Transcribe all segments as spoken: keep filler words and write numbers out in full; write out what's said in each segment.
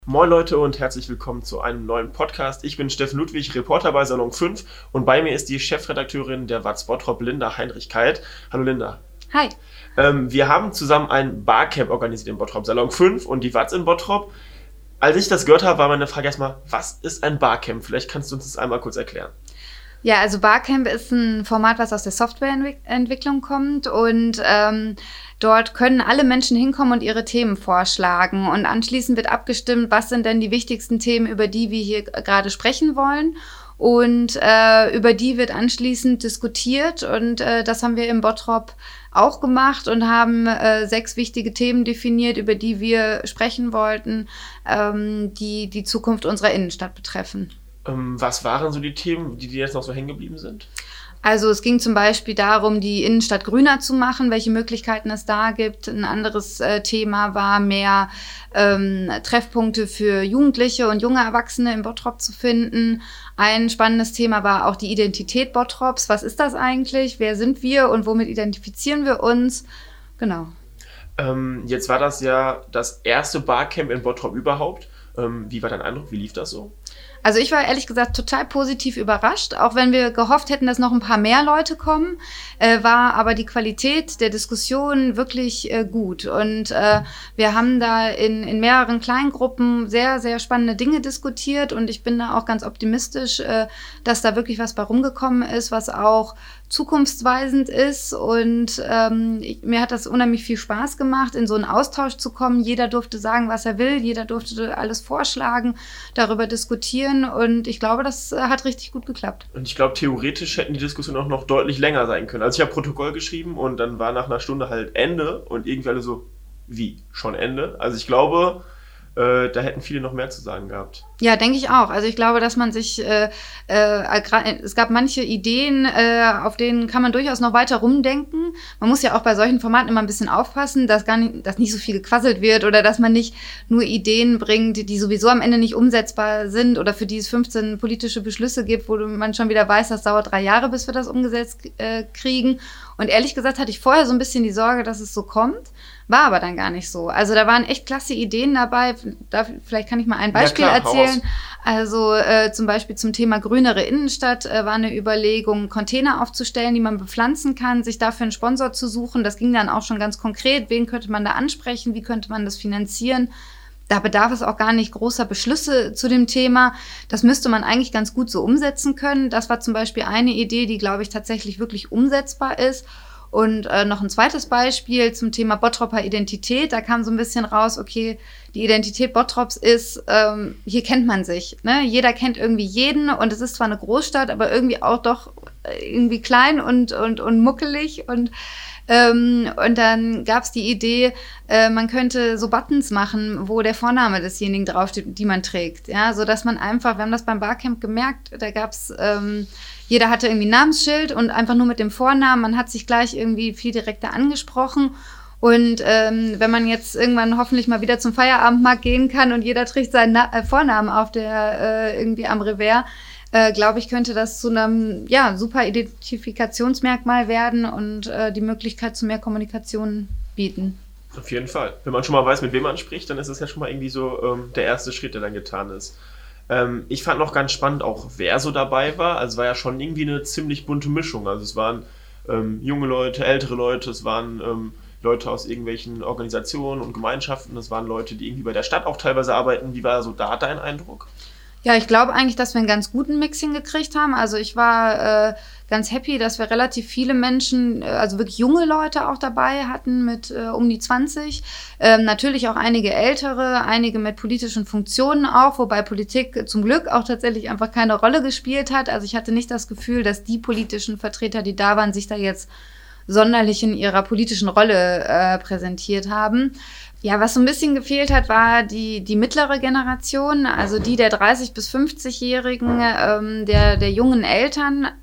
Moin Leute und herzlich willkommen zu einem neuen Podcast. Ich bin Steffen Ludwig, Reporter bei Salon fünf und bei mir ist die Chefredakteurin der W A Z Bottrop, Linda Heinrich-Kalt. Hallo Linda. Hi. Ähm, wir haben zusammen ein Barcamp organisiert in Bottrop, Salon fünf und die W A Z in Bottrop. Als ich das gehört habe, war meine Frage erstmal, was ist ein Barcamp? Vielleicht kannst du uns das einmal kurz erklären. Ja, also Barcamp ist ein Format, was aus der Softwareentwicklung kommt und ähm, dort können alle Menschen hinkommen und ihre Themen vorschlagen und anschließend wird abgestimmt, was sind denn die wichtigsten Themen, über die wir hier gerade sprechen wollen und äh, über die wird anschließend diskutiert und äh, das haben wir im Bottrop auch gemacht und haben äh, sechs wichtige Themen definiert, über die wir sprechen wollten, ähm, die die Zukunft unserer Innenstadt betreffen. Was waren so die Themen, die dir jetzt noch so hängen geblieben sind? Also es ging zum Beispiel darum, die Innenstadt grüner zu machen, welche Möglichkeiten es da gibt. Ein anderes äh, Thema war mehr ähm, Treffpunkte für Jugendliche und junge Erwachsene in Bottrop zu finden. Ein spannendes Thema war auch die Identität Bottrops. Was ist das eigentlich? Wer sind wir und womit identifizieren wir uns? Genau. Ähm, jetzt war das ja das erste Barcamp in Bottrop überhaupt. Ähm, wie war dein Eindruck? Wie lief das so? Also ich war ehrlich gesagt total positiv überrascht, auch wenn wir gehofft hätten, dass noch ein paar mehr Leute kommen, äh, war aber die Qualität der Diskussion wirklich äh, gut. Und äh, wir haben da in, in mehreren Kleingruppen sehr, sehr spannende Dinge diskutiert und ich bin da auch ganz optimistisch, äh, dass da wirklich was bei rumgekommen ist, was auch zukunftsweisend ist und ähm, ich, mir hat das unheimlich viel Spaß gemacht, in so einen Austausch zu kommen. Jeder durfte sagen, was er will, jeder durfte alles vorschlagen, darüber diskutieren und ich glaube, das hat richtig gut geklappt. Und ich glaube, theoretisch hätten die Diskussionen auch noch deutlich länger sein können. Also ich habe Protokoll geschrieben und dann war nach einer Stunde halt Ende und irgendwie alle so, wie, schon Ende? Also ich glaube, äh, da hätten viele noch mehr zu sagen gehabt. Ja, denke ich auch. Also ich glaube, dass man sich, äh, äh, es gab manche Ideen, äh, auf denen kann man durchaus noch weiter rumdenken. Man muss ja auch bei solchen Formaten immer ein bisschen aufpassen, dass gar nicht, dass nicht so viel gequasselt wird oder dass man nicht nur Ideen bringt, die sowieso am Ende nicht umsetzbar sind oder für die es fünfzehn politische Beschlüsse gibt, wo man schon wieder weiß, das dauert drei Jahre, bis wir das umgesetzt äh, kriegen. Und ehrlich gesagt hatte ich vorher so ein bisschen die Sorge, dass es so kommt, war aber dann gar nicht so. Also da waren echt klasse Ideen dabei. Da, vielleicht kann ich mal ein Beispiel ja, klar, erzählen. Also äh, zum Beispiel zum Thema grünere Innenstadt äh, war eine Überlegung, Container aufzustellen, die man bepflanzen kann, sich dafür einen Sponsor zu suchen. Das ging dann auch schon ganz konkret. Wen könnte man da ansprechen? Wie könnte man das finanzieren? Da bedarf es auch gar nicht großer Beschlüsse zu dem Thema. Das müsste man eigentlich ganz gut so umsetzen können. Das war zum Beispiel eine Idee, die, glaube ich, tatsächlich wirklich umsetzbar ist. Und äh, noch ein zweites Beispiel zum Thema Bottroper Identität. Da kam so ein bisschen raus, okay, die Identität Bottrops ist, ähm, hier kennt man sich. Ne? Jeder kennt irgendwie jeden und es ist zwar eine Großstadt, aber irgendwie auch doch irgendwie klein und, und, und muckelig. Und, ähm, und dann gab es die Idee, äh, man könnte so Buttons machen, wo der Vorname desjenigen draufsteht, die man trägt. Ja? Sodass man einfach, wir haben das beim Barcamp gemerkt, da gab es... Ähm, Jeder hatte irgendwie ein Namensschild und einfach nur mit dem Vornamen. Man hat sich gleich irgendwie viel direkter angesprochen. Und ähm, wenn man jetzt irgendwann hoffentlich mal wieder zum Feierabendmarkt gehen kann und jeder trägt seinen Na- äh, Vornamen auf der äh, irgendwie am Revers, äh, glaube ich, könnte das zu einem ja, super Identifikationsmerkmal werden und äh, die Möglichkeit zu mehr Kommunikation bieten. Auf jeden Fall. Wenn man schon mal weiß, mit wem man spricht, dann ist es ja schon mal irgendwie so ähm, der erste Schritt, der dann getan ist. Ähm, ich fand noch ganz spannend auch, wer so dabei war. Also es war ja schon irgendwie eine ziemlich bunte Mischung. Also es waren ähm, junge Leute, ältere Leute, es waren ähm, Leute aus irgendwelchen Organisationen und Gemeinschaften, es waren Leute, die irgendwie bei der Stadt auch teilweise arbeiten. Wie war so da dein Eindruck? Ja, ich glaube eigentlich, dass wir einen ganz guten Mix hingekriegt haben. Also ich war äh, ganz happy, dass wir relativ viele Menschen, äh, also wirklich junge Leute auch dabei hatten mit äh, um die zwanzig. Ähm, natürlich auch einige ältere, einige mit politischen Funktionen auch, wobei Politik zum Glück auch tatsächlich einfach keine Rolle gespielt hat. Also ich hatte nicht das Gefühl, dass die politischen Vertreter, die da waren, sich da jetzt sonderlich in ihrer politischen Rolle äh, präsentiert haben. Ja, was so ein bisschen gefehlt hat, war die, die mittlere Generation, also die der dreißig- bis fünfzigjährigen, ähm, der, der jungen Eltern.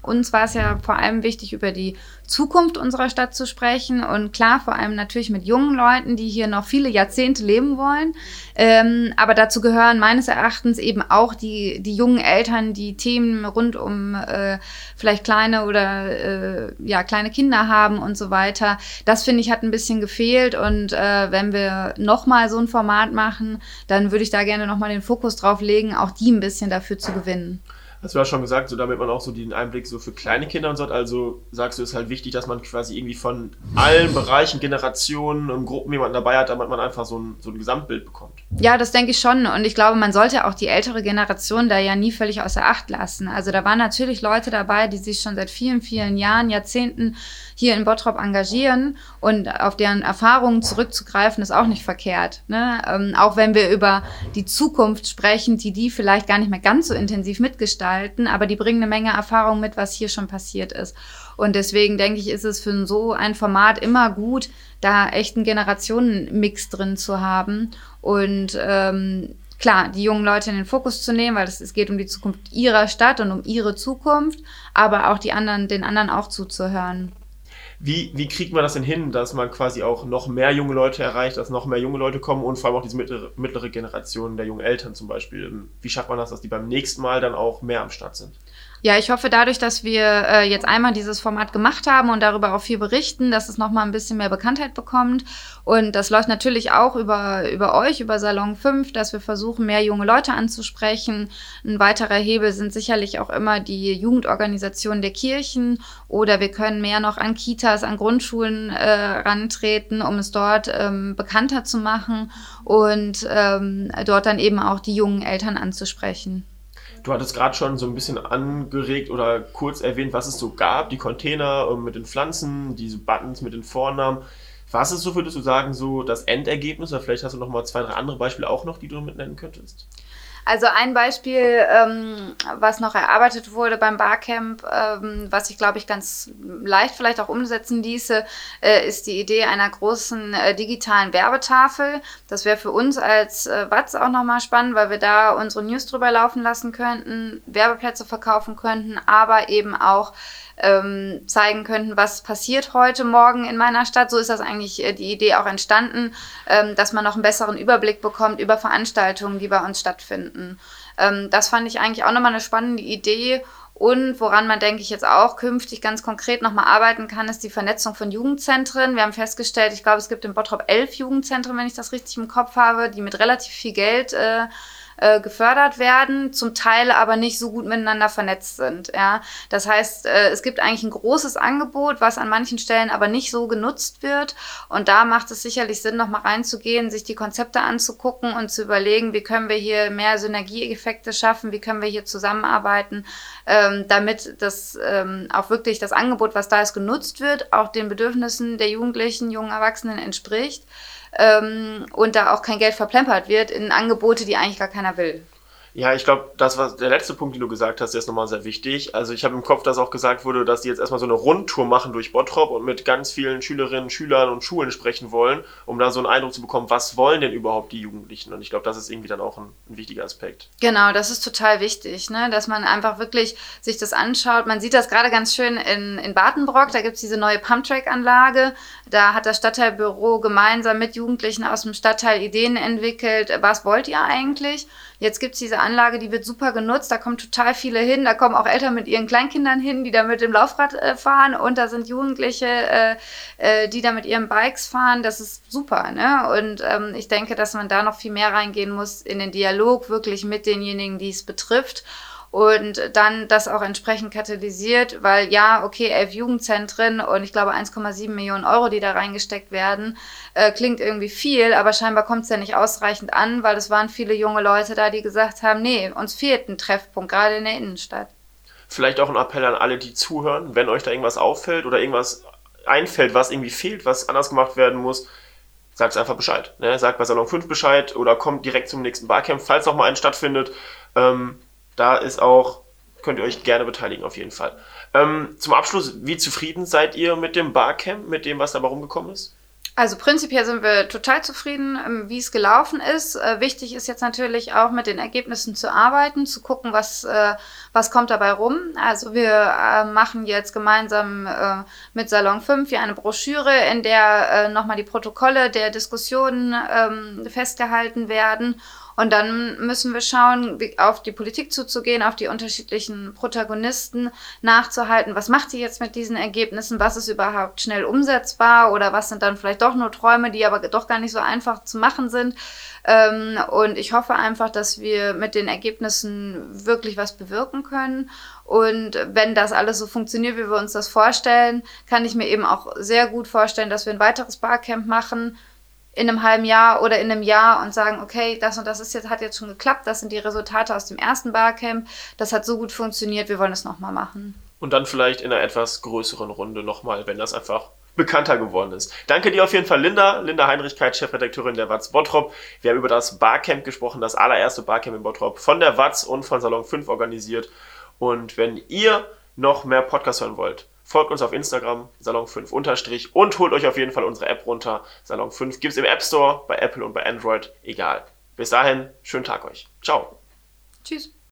uns war es ja vor allem wichtig, über die Zukunft unserer Stadt zu sprechen und klar, vor allem natürlich mit jungen Leuten, die hier noch viele Jahrzehnte leben wollen. Ähm, aber dazu gehören meines Erachtens eben auch die, die jungen Eltern, die Themen rund um äh, vielleicht kleine oder äh, ja kleine Kinder haben und so weiter. Das, finde ich, hat ein bisschen gefehlt und äh, wenn wir nochmal so ein Format machen, dann würde ich da gerne nochmal den Fokus drauf legen, auch die ein bisschen dafür zu gewinnen. Also du hast schon gesagt, so damit man auch so den Einblick so für kleine Kinder und so hat, also sagst du, es ist halt wichtig, dass man quasi irgendwie von allen Bereichen, Generationen und Gruppen jemanden dabei hat, damit man einfach so ein, so ein Gesamtbild bekommt. Ja, das denke ich schon und ich glaube, man sollte auch die ältere Generation da ja nie völlig außer Acht lassen. Also da waren natürlich Leute dabei, die sich schon seit vielen, vielen Jahren, Jahrzehnten hier in Bottrop engagieren und auf deren Erfahrungen zurückzugreifen, ist auch nicht verkehrt. Ne? Ähm, auch wenn wir über die Zukunft sprechen, die die vielleicht gar nicht mehr ganz so intensiv mitgestalten, aber die bringen eine Menge Erfahrung mit, was hier schon passiert ist. Und deswegen denke ich, ist es für so ein Format immer gut, da echt einen Generationenmix drin zu haben und ähm, klar, die jungen Leute in den Fokus zu nehmen, weil es, es geht um die Zukunft ihrer Stadt und um ihre Zukunft, aber auch die anderen, den anderen auch zuzuhören. Wie, wie kriegt man das denn hin, dass man quasi auch noch mehr junge Leute erreicht, dass noch mehr junge Leute kommen und vor allem auch diese mittlere, mittlere Generation der jungen Eltern zum Beispiel? Wie schafft man das, dass die beim nächsten Mal dann auch mehr am Start sind? Ja, ich hoffe dadurch, dass wir äh, jetzt einmal dieses Format gemacht haben und darüber auch viel berichten, dass es nochmal ein bisschen mehr Bekanntheit bekommt. Und das läuft natürlich auch über, über euch, über Salon fünf, dass wir versuchen, mehr junge Leute anzusprechen. Ein weiterer Hebel sind sicherlich auch immer die Jugendorganisationen der Kirchen oder wir können mehr noch an Kitas, an Grundschulen äh, rantreten, um es dort ähm, bekannter zu machen und ähm, dort dann eben auch die jungen Eltern anzusprechen. Du hattest gerade schon so ein bisschen angeregt oder kurz erwähnt, was es so gab, die Container mit den Pflanzen, diese Buttons mit den Vornamen. Was ist so, würdest du sagen, so das Endergebnis? Oder vielleicht hast du noch mal zwei, drei andere Beispiele auch noch, die du mit nennen könntest? Also ein Beispiel, ähm, was noch erarbeitet wurde beim Barcamp, ähm, was ich glaube ich ganz leicht vielleicht auch umsetzen ließe, äh, ist die Idee einer großen äh, digitalen Werbetafel. Das wäre für uns als äh, Watz auch nochmal spannend, weil wir da unsere News drüber laufen lassen könnten, Werbeplätze verkaufen könnten, aber eben auch ähm, zeigen könnten, was passiert heute Morgen in meiner Stadt. So ist das eigentlich äh, die Idee auch entstanden, ähm, dass man noch einen besseren Überblick bekommt über Veranstaltungen, die bei uns stattfinden. Ähm, das fand ich eigentlich auch nochmal eine spannende Idee. Und woran man, denke ich, jetzt auch künftig ganz konkret nochmal arbeiten kann, ist die Vernetzung von Jugendzentren. Wir haben festgestellt, ich glaube, es gibt in Bottrop elf Jugendzentren, wenn ich das richtig im Kopf habe, die mit relativ viel Geld äh, äh, gefördert werden, zum Teil aber nicht so gut miteinander vernetzt sind. Ja? Das heißt, äh, es gibt eigentlich ein großes Angebot, was an manchen Stellen aber nicht so genutzt wird. Und da macht es sicherlich Sinn, nochmal reinzugehen, sich die Konzepte anzugucken und zu überlegen, wie können wir hier mehr Synergieeffekte schaffen, wie können wir hier zusammenarbeiten, ähm, damit das ähm, auch wirklich das Angebot, was da ist, genutzt wird, auch den Bedürfnissen der Jugendlichen, jungen Erwachsenen entspricht. Ähm, und da auch kein Geld verplempert wird in Angebote, die eigentlich gar keiner will. Ja, ich glaube, das war der letzte Punkt, den du gesagt hast, der ist nochmal sehr wichtig. Also ich habe im Kopf, dass auch gesagt wurde, dass die jetzt erstmal so eine Rundtour machen durch Bottrop und mit ganz vielen Schülerinnen, Schülern und Schulen sprechen wollen, um da so einen Eindruck zu bekommen, was wollen denn überhaupt die Jugendlichen? Und ich glaube, das ist irgendwie dann auch ein, ein wichtiger Aspekt. Genau, das ist total wichtig, ne? Dass man einfach wirklich sich das anschaut. Man sieht das gerade ganz schön in, in Badenbrock, da gibt es diese neue Pumptrack-Anlage. Da hat das Stadtteilbüro gemeinsam mit Jugendlichen aus dem Stadtteil Ideen entwickelt. Was wollt ihr eigentlich? Jetzt gibt es diese Anlage, die wird super genutzt, da kommen total viele hin, da kommen auch Eltern mit ihren Kleinkindern hin, die da mit dem Laufrad äh, fahren und da sind Jugendliche, äh, äh, die da mit ihren Bikes fahren, das ist super, ne? Und ähm, ich denke, dass man da noch viel mehr reingehen muss in den Dialog wirklich mit denjenigen, die es betrifft. Und dann das auch entsprechend katalysiert, weil ja, okay, elf Jugendzentren und ich glaube eins Komma sieben Millionen Euro, die da reingesteckt werden, äh, klingt irgendwie viel, aber scheinbar kommt es ja nicht ausreichend an, weil es waren viele junge Leute da, die gesagt haben, nee, uns fehlt ein Treffpunkt, gerade in der Innenstadt. Vielleicht auch ein Appell an alle, die zuhören, wenn euch da irgendwas auffällt oder irgendwas einfällt, was irgendwie fehlt, was anders gemacht werden muss, sagt einfach Bescheid. Ne? Sagt bei Salon fünf Bescheid oder kommt direkt zum nächsten Barcamp, falls noch mal einen stattfindet. Ähm, Da ist auch, könnt ihr euch gerne beteiligen auf jeden Fall. Ähm, zum Abschluss, wie zufrieden seid ihr mit dem Barcamp, mit dem, was dabei rumgekommen ist? Also prinzipiell sind wir total zufrieden, wie es gelaufen ist. Äh, wichtig ist jetzt natürlich auch mit den Ergebnissen zu arbeiten, zu gucken, was, äh, was kommt dabei rum. Also wir äh, machen jetzt gemeinsam äh, mit Salon fünf hier eine Broschüre, in der äh, nochmal die Protokolle der Diskussionen ähm, festgehalten werden. Und dann müssen wir schauen, wie auf die Politik zuzugehen, auf die unterschiedlichen Protagonisten nachzuhalten. Was macht die jetzt mit diesen Ergebnissen? Was ist überhaupt schnell umsetzbar? Oder was sind dann vielleicht doch nur Träume, die aber doch gar nicht so einfach zu machen sind? Ähm, und ich hoffe einfach, dass wir mit den Ergebnissen wirklich was bewirken können. Und wenn das alles so funktioniert, wie wir uns das vorstellen, kann ich mir eben auch sehr gut vorstellen, dass wir ein weiteres Barcamp machen, in einem halben Jahr oder in einem Jahr und sagen, okay, das und das ist jetzt, hat jetzt schon geklappt, das sind die Resultate aus dem ersten Barcamp, das hat so gut funktioniert, wir wollen es nochmal machen. Und dann vielleicht in einer etwas größeren Runde nochmal, wenn das einfach bekannter geworden ist. Danke dir auf jeden Fall, Linda. Linda Heinrichkeit, Chefredakteurin der W A Z Bottrop. Wir haben über das Barcamp gesprochen, das allererste Barcamp in Bottrop von der W A Z und von Salon fünf organisiert. Und wenn ihr noch mehr Podcasts hören wollt, folgt uns auf Instagram, Salon fünf unterstrich und holt euch auf jeden Fall unsere App runter. Salon fünf gibt es im App Store, bei Apple und bei Android, egal. Bis dahin, schönen Tag euch. Ciao. Tschüss.